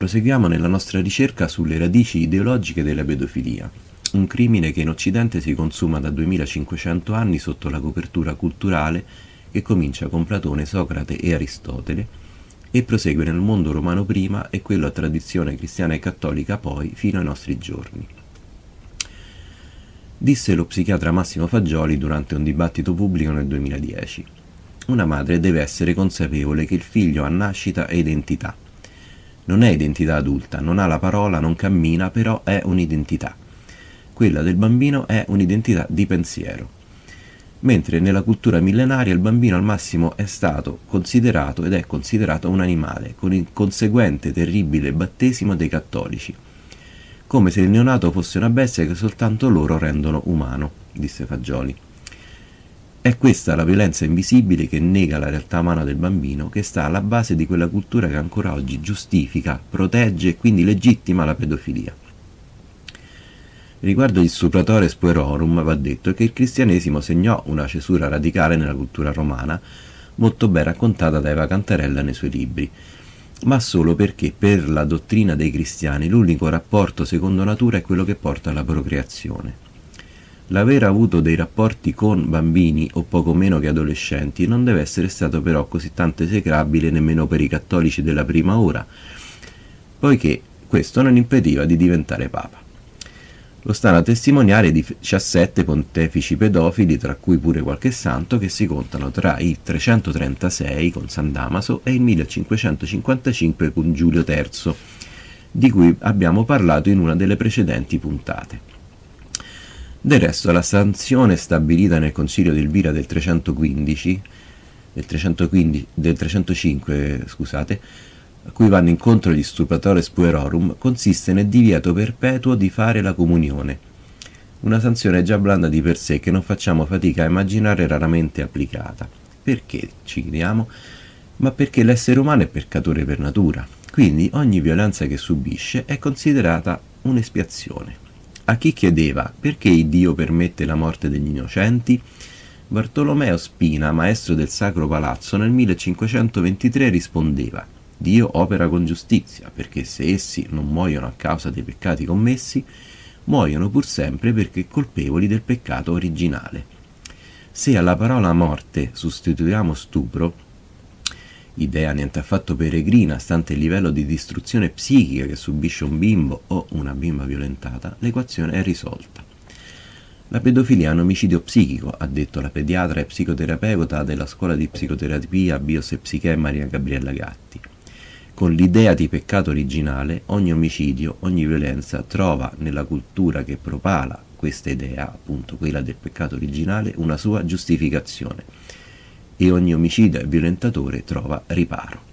Proseguiamo nella nostra ricerca sulle radici ideologiche della pedofilia, un crimine che in Occidente si consuma da 2500 anni sotto la copertura culturale che comincia con Platone, Socrate e Aristotele e prosegue nel mondo romano prima e quello a tradizione cristiana e cattolica poi fino ai nostri giorni. Disse lo psichiatra Massimo Fagioli durante un dibattito pubblico nel 2010. Una madre deve essere consapevole che il figlio a nascita è identità. Non è identità adulta, non ha la parola, non cammina, però è un'identità. Quella del bambino è un'identità di pensiero. Mentre nella cultura millenaria il bambino al massimo è stato considerato ed è considerato un animale, con il conseguente terribile battesimo dei cattolici. Come se il neonato fosse una bestia che soltanto loro rendono umano, disse Fagioli. È questa la violenza invisibile che nega la realtà umana del bambino, che sta alla base di quella cultura che ancora oggi giustifica, protegge e quindi legittima la pedofilia. Riguardo il stupratores puerorum va detto che il cristianesimo segnò una cesura radicale nella cultura romana, molto ben raccontata da Eva Cantarella nei suoi libri, ma solo perché per la dottrina dei cristiani l'unico rapporto secondo natura è quello che porta alla procreazione. L'aver avuto dei rapporti con bambini o poco meno che adolescenti non deve essere stato però così tanto esecrabile nemmeno per i cattolici della prima ora, poiché questo non impediva di diventare papa. Lo stanno a testimoniare 17 pontefici pedofili, tra cui pure qualche santo, che si contano tra il 336 con San Damaso e il 1555 con Giulio III, di cui abbiamo parlato in una delle precedenti puntate. Del resto, la sanzione stabilita nel Concilio di Elvira del 305, a cui vanno incontro gli stupratores puerorum, consiste nel divieto perpetuo di fare la comunione. Una sanzione già blanda di per sé che non facciamo fatica a immaginare, raramente applicata. Perché, ci chiediamo? Ma perché l'essere umano è peccatore per natura, quindi ogni violenza che subisce è considerata un'espiazione. A chi chiedeva perché Dio permette la morte degli innocenti, Bartolomeo Spina, maestro del Sacro Palazzo, nel 1523 rispondeva: Dio opera con giustizia, perché se essi non muoiono a causa dei peccati commessi, muoiono pur sempre perché colpevoli del peccato originale. Se alla parola morte sostituiamo stupro, idea niente affatto peregrina stante il livello di distruzione psichica che subisce un bimbo o una bimba violentata, l'equazione è risolta. La pedofilia è un omicidio psichico, ha detto la pediatra e psicoterapeuta della scuola di psicoterapia Bios e Psiche Maria Gabriella Gatti. Con l'idea di peccato originale, ogni omicidio, ogni violenza trova nella cultura che propala questa idea, appunto quella del peccato originale, una sua giustificazione. E ogni omicida e violentatore trova riparo.